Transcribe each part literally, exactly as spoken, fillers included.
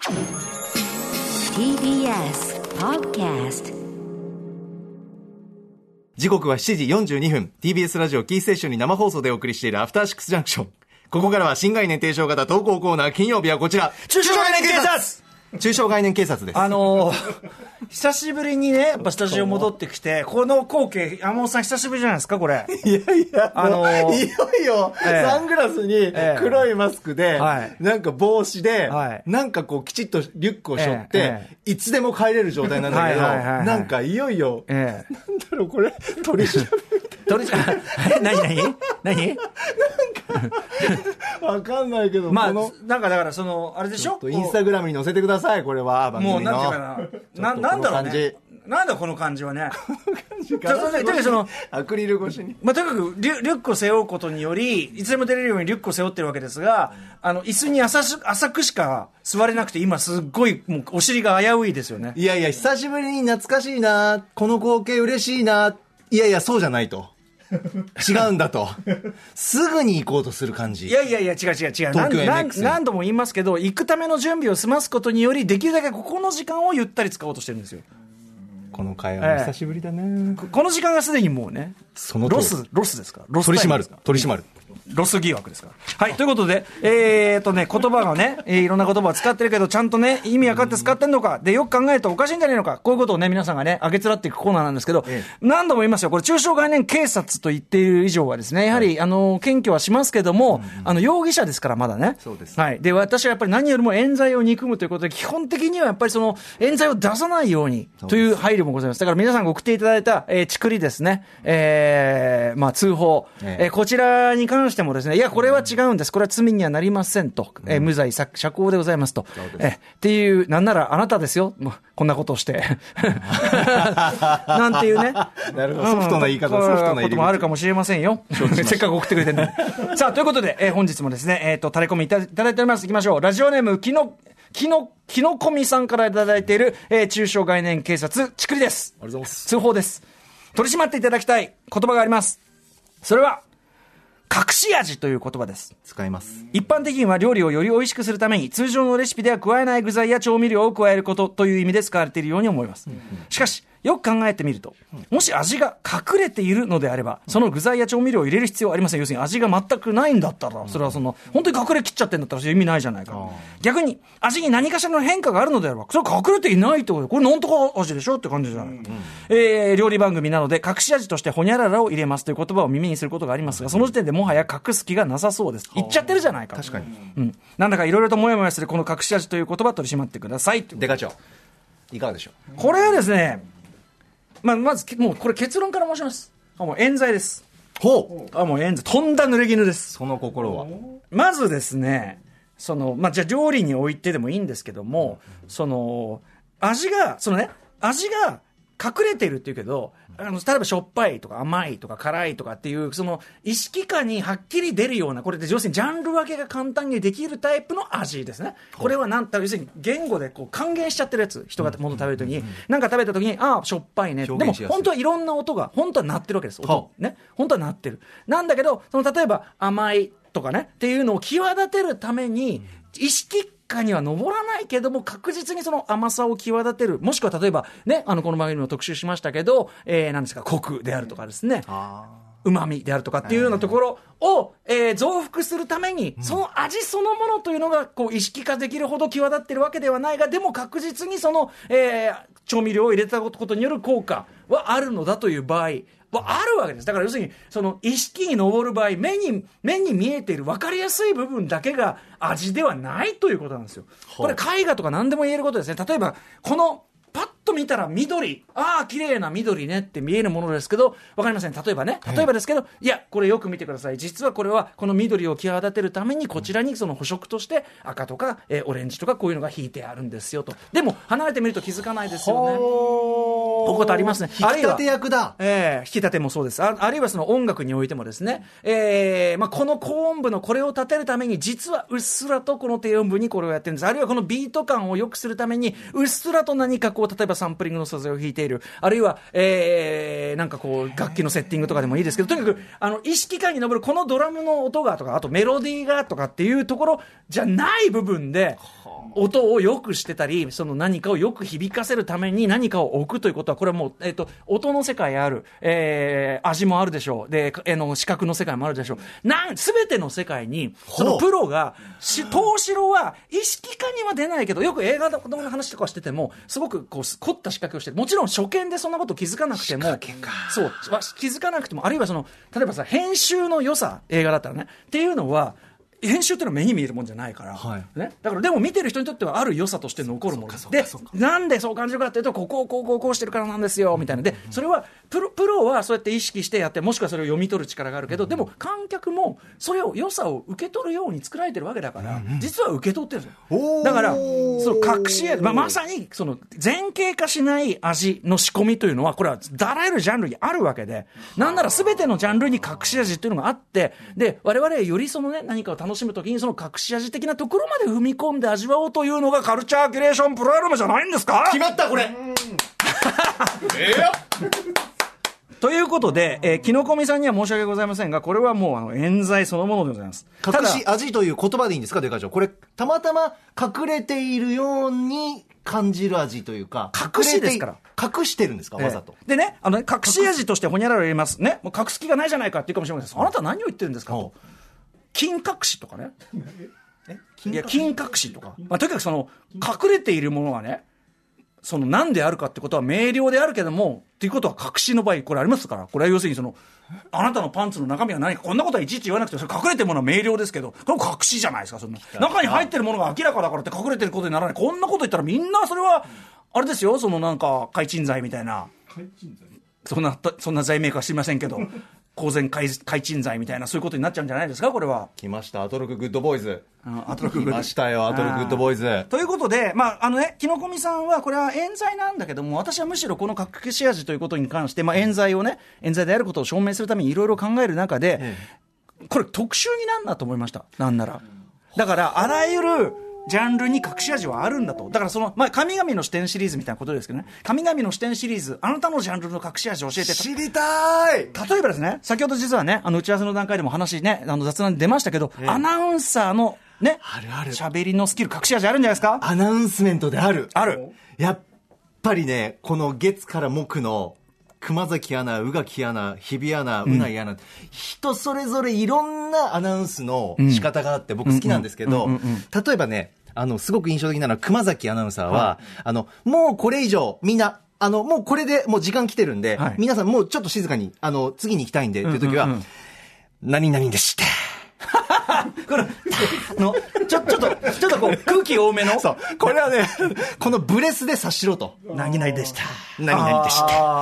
ティービーエス Podcast。 時刻はしちじよんじゅうにふん、 ティービーエス ラジオキーステーションに生放送でお送りしているアフターシックスジャンクション。ここからは新概念提唱型投稿コーナー。金曜日はこちら、 中小概念警察。 中小概念警察です。 あのー、久しぶりにね、やっぱスタジオ戻ってきて、この光景、山本さん久しぶりじゃないですか、これ。 いやいや、 あのー、 いよいよ、ええ、サングラスに黒いマスクで、ええ、なんか帽子で、はい、なんかこうきちっとリュックを背負って、ええ、いつでも帰れる状態なんだけど、なんかいよいよ、ええ、なんだろうこれ、取り調べみたいな。 取り調べ、何何何なんか、 わかんないけど、 まあ、 このなんかだからその、あれでしょ、 インスタグラムに載せてください、これは。番組のもうなんていうかな、な、なんだろうね。なんだこの感じはね。 この感じか。とにかくその、アクリル越しに。 まあ、とにかくリュ、リュックを背負うことにより、いつでも出れるようにリュックを背負ってるわけですが、あの、椅子に浅し浅くしか座れなくて、今すっごい、もうお尻が危ういですよね。 いやいや、久しぶりに懐かしいな、この光景嬉しいな、いやいや、そうじゃないと。違うんだと。すぐに行こうとする感じ。 いやいやいや、違う違う違う。 東京 エムエックス何, 何度も言いますけど、行くための準備を済ますことにより、できるだけここの時間をゆったり使おうとしてるんですよ。 この会話も久しぶりだね、ええ、この時間がすでにもうね、 そのロス、ロスですか、ロス取り締まる、取り締まる。 ロス疑惑ですから。はい、ということで、えーとね、言葉がね、えー、いろんな言葉を使ってるけど、ちゃんとね、意味分かって使ってんのか、で、よく考えるとおかしいんじゃないのか、こういうことをね、皆さんがね、あげつらっていくコーナーなんですけど、ええ、何度も言いますよ、これ、中小概念警察と言っている以上はですね、やはり、はい、あの、検挙はしますけども、うんうん、あの、容疑者ですから、まだね。 そうです。 はい。で、私はやっぱり何よりも冤罪を憎むということで、基本的にはやっぱりその、冤罪を出さないように、という配慮もございます。だから皆さんが送っていただいた、えー、ちくりですね、えー、まあ、通報、えええー、こちらに関してもですね、いや、これは違うんです、これは罪にはなりませんと、うん、えー、無罪釈放でございますと、えー、っていう、なんならあなたですよ、もうこんなことをしてなんていうね、 なるほど、ソフトな言い方、うん、ソフトな言い方こともあるかもしれませんよせっかく送ってくれてるのにさあ、ということで、えー、本日もですね、えーと、タレコミいただいております。いきましょう。ラジオネームきのきのきのこみさんからいただいている、えー、中小概念警察ちくりです。 ありがとうございます。 通報です。取り締まっていただきたい言葉があります。それは隠し味という言葉です。 使います。 一般的には料理をより美味しくするために通常のレシピでは加えない具材や調味料を加えることという意味で使われているように思います、うんうん、しかしよく考えてみると、もし味が隠れているのであれば、その具材や調味料を入れる必要はありません。要するに味が全くないんだったら、それはその本当に隠れきっちゃってんだったら意味ないじゃないか。逆に味に何かしらの変化があるのであれば、それは隠れていないってことで、これなんとか味でしょって感じじゃないか、うんうん、えー、料理番組なので隠し味としてホニャララを入れますという言葉を耳にすることがありますが、その時点でもはや隠す気がなさそうです。言っちゃってるじゃないか。 確かに、 うん、なんだかいろいろともやもやするこの隠し味という言葉、取り締まってください。 デカ長いかがでしょう。 これはですね、まあ、まずもうこれ結論から申します。あ、もう冤罪です。 ほう。 あ、もう冤罪、とんだ濡れ衣です。 その心はまずですね、その、まあ、じゃあ料理においてでもいいんですけども、その味がそのね味が隠れてるっていうけど、あの例えばしょっぱいとか甘いとか辛いとかっていうその意識下にはっきり出るような、これで要するにジャンル分けが簡単にできるタイプの味ですね。これはなんた要するに言語でこう還元しちゃってるやつ、人が物食べるときに、なんか食べたときにああしょっぱいね、でも本当はいろんな音が本当は鳴ってるわけです。音ね、本当は鳴ってる。なんだけどその例えば甘いとかねっていうのを際立てるために意識下には上らないけども確実にその甘さを際立てる、もしくは例えばね、あのこの番組も特集しましたけど、えー、何ですか、コクであるとかですね、うまみであるとかっていうようなところを、えー、増幅するために、その味そのものというのがこう意識化できるほど際立っているわけではないが、でも確実にその、えー、調味料を入れたことによる効果はあるのだという場合はあるわけです。だから要するにその意識に上る場合、目に目に見えている分かりやすい部分だけが味ではないということなんですよ。これ絵画とか何でも言えることですね。例えばこのパッと見たら緑、ああ綺麗な緑ねって見えるものですけど、分かりません。例えばね、例えばですけど、いやこれよく見てください、実はこれはこの緑を際立てるためにこちらにその補色として赤とか、えー、オレンジとかこういうのが引いてあるんですよと。でも離れてみると気づかないですよね。 おことありますね。 引き立て役だ。 えー、引き立てもそうです。あ, あるいはその音楽においてもですね、えーまあ、この高音部のこれを立てるために実はうっすらとこの低音部にこれをやってるんです。あるいはこのビート感を良くするためにうっすらと何かこう例えばサンプリングの素材を弾いている、あるいは、えー、なんかこう楽器のセッティングとかでもいいですけど、とにかくあの意識感に上るこのドラムの音がとか、あとメロディーがとかっていうところじゃない部分で音を良くしてたり、その何かをよく響かせるために何かを置くということは、これはもう、えっと、音の世界ある、えー、味もあるでしょう。で、えの視覚の世界もあるでしょう。なん、すべての世界に、そのプロが、し、東城は意識化には出ないけど、よく映画の話とかしてても、すごくこう、凝った仕掛けをしてる。もちろん初見でそんなこと気づかなくても、そう、気づかなくても、あるいはその、例えばさ、編集の良さ、映画だったらね、っていうのは、編集っていうのは目に見えるもんじゃないから、はいね、だからでも見てる人にとってはある良さとして残るもので、なんでそう感じるかっていうと、ここをこうこうこうしてるからなんですよみたいなで、それはプロ、プロはそうやって意識してやって、もしくはそれを読み取る力があるけど、でも観客もそれを良さを受け取るように作られてるわけだから、実は受け取ってるんですよ。だからその隠し味、まあ、まさにその前傾化しない味の仕込みというのは、これはあらゆるジャンルにあるわけで、なんなら全てのジャンルに隠し味っていうのがあって、で我々よりそのね、何かを楽しむときにその隠し味的なところまで踏み込んで味わおうというのがカルチャーキュレーションプログラムじゃないんですか。 決まったこれ。ええよ。 ということで、えー、キノコミさんには申し訳ございませんが、これはもうあの冤罪そのものでございます。 隠し味という言葉でいいんですか、デカ長。これたまたま隠れているように感じる味というか、 隠しですから隠してるんですか、わざと。 えー、でね、あのね、隠し味としてほにゃらら言いますね。もう隠す気がないじゃないかって言うかもしれません。あなたは何を言ってるんですかと。金隠しとかね。いや金隠しとか、まあ、とにかくその隠れているものがね、その何であるかってことは明瞭であるけども、っていうことは隠しの場合これありますから、これは要するにそのあなたのパンツの中身は何か、こんなことはいちいち言わなくて、それ隠れてるものは明瞭ですけど、これ隠しじゃないですか。そんな中に入ってるものが明らかだからって隠れてることにならない。こんなこと言ったらみんなそれはあれですよ、そのなんか開鎮罪みたいな、そんなそんな罪名か知りませんけど公然開鎮罪みたいな、そういうことになっちゃうんじゃないですか。これは来ました、アトロクグッドボーイズ。 アトロクグッド来ましたよ、アトロクグッドボーイズ。 ということで、まああのね、キノコミさんはこれは冤罪なんだけども、私はむしろこの隠し味ということに関して、まあ、冤罪をね、冤罪であることを証明するためにいろいろ考える中で、ええ、これ特集になんなと思いました。なんならだからあらゆるジャンルに隠し味はあるんだと。だからその、まあ、神々の視点シリーズみたいなことですけどね、神々の視点シリーズ、あなたのジャンルの隠し味を教えて。 知りたい。 例えばですね、先ほど実はね、あの打ち合わせの段階でも話ね、あの雑談で出ましたけど、ええ、アナウンサーのね、 あるある、 喋りのスキル隠し味あるんじゃないですか。 アナウンスメントであるある。 やっぱりね、この月から木の熊崎アナ、宇垣アナ、日比アナ、うないアナ、うん、人それぞれいろんなアナウンスの仕方があって僕好きなんですけど、例えばね、あのすごく印象的なのは熊崎アナウンサーは、はい、あのもうこれ以上みんなあのもうこれでもう時間来てるんで、はい、皆さんもうちょっと静かにあの次に行きたいんでっていう時は、うんうんうん、何々でしたこののちょちょっとちょっとこう空気多めの、 そう、これはねこのブレスで察しろと。 何々でした、 何々でした、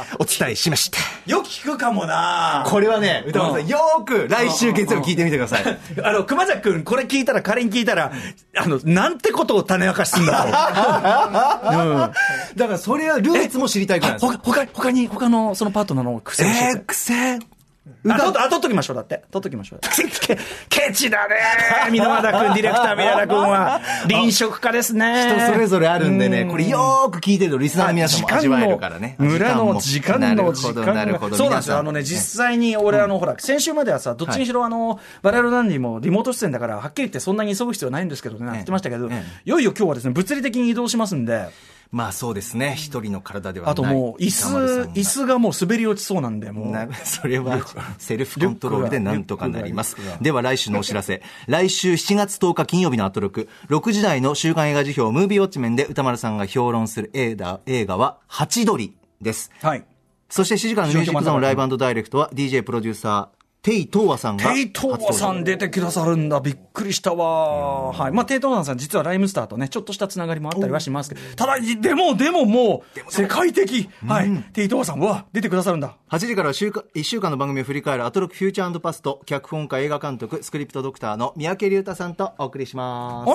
お伝えしました。 よく聞くかもな。 これはね、歌丸さん、よーく来週月曜聞いてみてください。 あの熊崎君、これ聞いたら、仮に聞いたら、あのなんてことを種明かしすんだと、うん、 だからそれはルーツも知りたいからです。 ほか他に他のそのパートナーの癖を教えて。 えー、癖あ、と、あ、取っときましょう。だって。取っときましょう。ケ, ケチだねー。箕輪田君、ディレクター箕輪田君は、臨食家ですね。 人それぞれあるんでね、これよーく聞いてると、リスナーの皆さんも味わえるからね。 村の時間の時間なるほど。 そうなんですよ。あのね、実際に俺、あの、ほら、先週まではさ、どっちにしろ、あの、我々何人もリモート出演だから、はっきり言ってそんなに急ぐ必要ないんですけどね、言ってましたけど、いよいよ今日はですね、物理的に移動しますんで、 まあそうですね、一人の体ではない。 あともう椅子椅子がもう滑り落ちそうなんで、もうなそれはセルフコントロールでなんとかなります。では来週のお知らせ。来週しちがつとおか金曜日のアトロク、ろくじ台の週刊映画辞表ムービーウォッチメンで歌丸さんが評論する映画映画はハチドリです。 はい。 そしてしちじからのミュージックゾーンライブ&ダイレクトは ディージェー プロデューサーテイトーワさんがテイトーワさん出てくださるんだ、びっくりしたわ。はい。まあテイトーワさん実はライムスターとねちょっとしたつながりもあったりはしますけど、ただでもでももう世界的、はい、テイトーワさんは出てくださるんだ。 はちじから週間いっしゅうかんの番組を振り返るアトロックフューチャー&パスト、脚本家映画監督スクリプトドクターの三宅龍太さんとお送りします。 あれ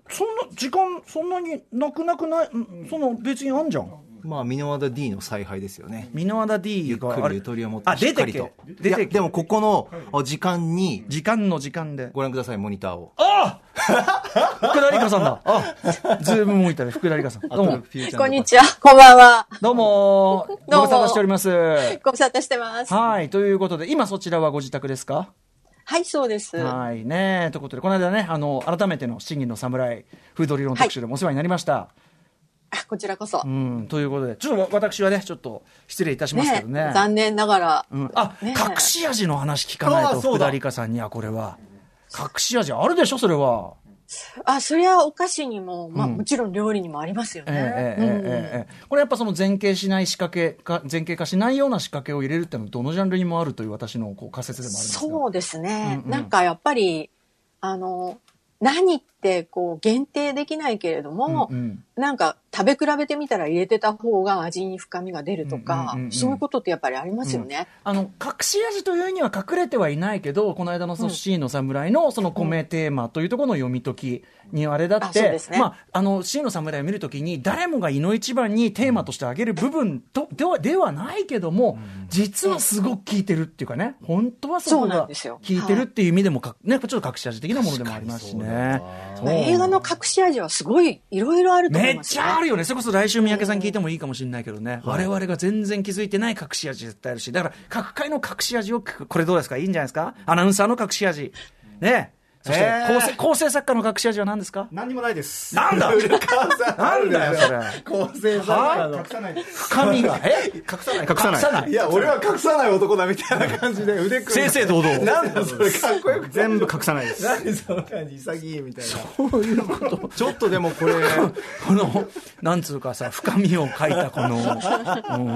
そんな時間そんなになくなくない、その別にあんじゃん。 まあ箕輪田 D の采配ですよね。 箕輪田 D がゆっくりゆとりを持ってあしっかりと。 出てけでもここの時間に時間の時間でご覧ください、モニターを。 ああ福田理香さんだ。あズームモニターで福田理香さん。どうも。 こんにちは。こんばんは。 どうも。ご無沙汰しております。 ご無沙汰してます。 はい。ということで、今そちらはご自宅ですか？ はい、そうです。 はいね。ということで、この間ね、あの、改めての七人の侍、フード理論特集でもお世話になりました。はいあこちらこそ。 うん、ということで、ちょっと私はね、ちょっと失礼いたしますけどね。 ね残念ながら。 うん、あ、ね、隠し味の話聞かないと、福田理香さんにはこれは。隠し味あるでしょ、それは。 あ、そりゃお菓子にも、まあ、うん、もちろん料理にもありますよね。 ええええええ。これやっぱその前傾しない仕掛けか、前傾化しないような仕掛けを入れるっていうのはどのジャンルにもあるという私のこう仮説でもありますか？ そうですね。うんうん、なんかやっぱり、あの、何ってこう限定できないけれども、うんうん、なんか食べ比べてみたら入れてた方が味に深みが出るとか、うんうんうんうん、そういうことってやっぱりありますよね。 うん、あの隠し味というには隠れてはいないけど、この間のその C の侍のその米テーマというところの読み解きにあれだって、うんね、まあ、あの C の侍を見るときに誰もがいの一番にテーマとして挙げる部分とでは、ではないけども、うん、実はすごく効いてるっていうかね、本当はそこが効いてるっていう意味でもか、ね、ちょっと隠し味的なものでもありますしね。 映画の隠し味はすごいいろいろあると思いますね。めっちゃあるよね。それこそ来週三宅さん聞いてもいいかもしれないけどね、うん、我々が全然気づいてない隠し味絶対あるし、だから各界の隠し味をこれどうですか、いいんじゃないですか。アナウンサーの隠し味ね。そして構成、構成作家の隠し味は何ですか？ 何にもないです。 なんだなんだよそれ。 構成作家の隠さない。 深みがえ隠さない隠さない。 隠さない。いや俺は隠さない男だみたいな感じで腕組んで。正々堂々。 なんだそれかっこよく全部隠さないです。 何その感じ潔いみたいな。 そういうこと。 ちょっとでもこれこのなんつうかさ深みを書いたこの。うん、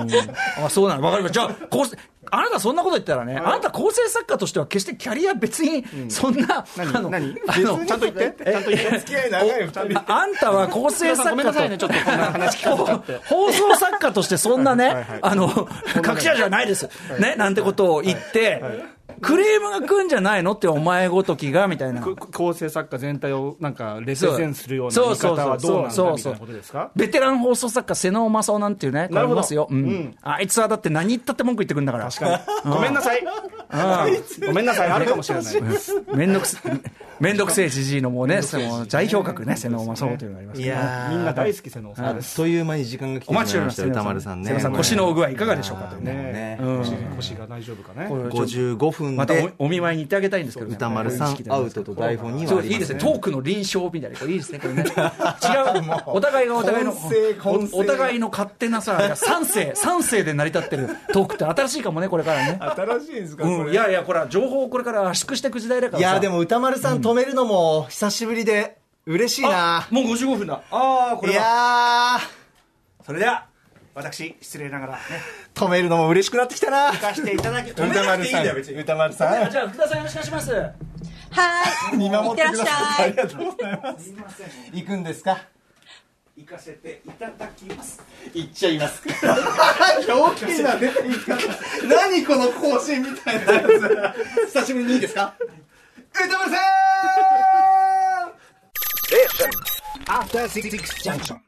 あそうなのわかりました。じゃあ構成あなたそんなこと言ったらね、あなた構成作家としては決してキャリア別にそんな、 うん、何何あのちゃんと言ってちゃんと言って付き合い長いよふたり。 あんたは構成作家とごめんなさいねちょっとこんな話聞かせちゃって放送作家としてそんなね、はいはいはい、あの隠し味はないです、はい、ねなんてことを言って、はいはい、クレームが来んじゃないのってお前ごときがみたいな構成作家全体をなんかレセゼンするような言い方はどうなんだみたいなことですか？ ベテラン放送作家瀬能正夫なんていうねこれいますよ、うんうん、あいつはだって何言ったって文句言ってくるんだから。 確かにごめんなさいごめんなさいあるかもしれないめんどくせめんどくせえじじいのもうね代表格ね瀬能正夫というのがありますけど、 いやみんな大好き瀬能さんです。という間に時間が来てしまいました歌丸さんね。 瀬能さん腰の具合いかがでしょうかというね、腰が大丈夫かね。ごじゅうごふんでまたお見舞いに行ってあげたいんですけどね。 歌丸さんアウトと台本にはありますね。 いいですねトークの臨床みたいなこれいいですねこれね違うお互いがお互いの お, お互いの勝手なさ三世三世で成り立ってるトークって新しいかもねこれからね。 新しいんですか、 うん、いやいやこれは情報をこれから圧縮していく時代だからさ。 いやでも歌丸さん止めるのも久しぶりで嬉しいな、 うん、もうごじゅうごふんだ。ああこれはいやそれでは私失礼ながらね止めるのも嬉しくなってきたな。 行かしていただき止めなくていいんだよ別に。 歌丸さんじゃあ福田さんよろしくお願いします。 はい見守ってください。ありがとうございます。 すいません行くんですか？ 行かせていただきます。 行っちゃいますひょうきんな出ていき方何この更新みたいなやつ久しぶりにいいですか歌丸さん。えっ After シックス Junction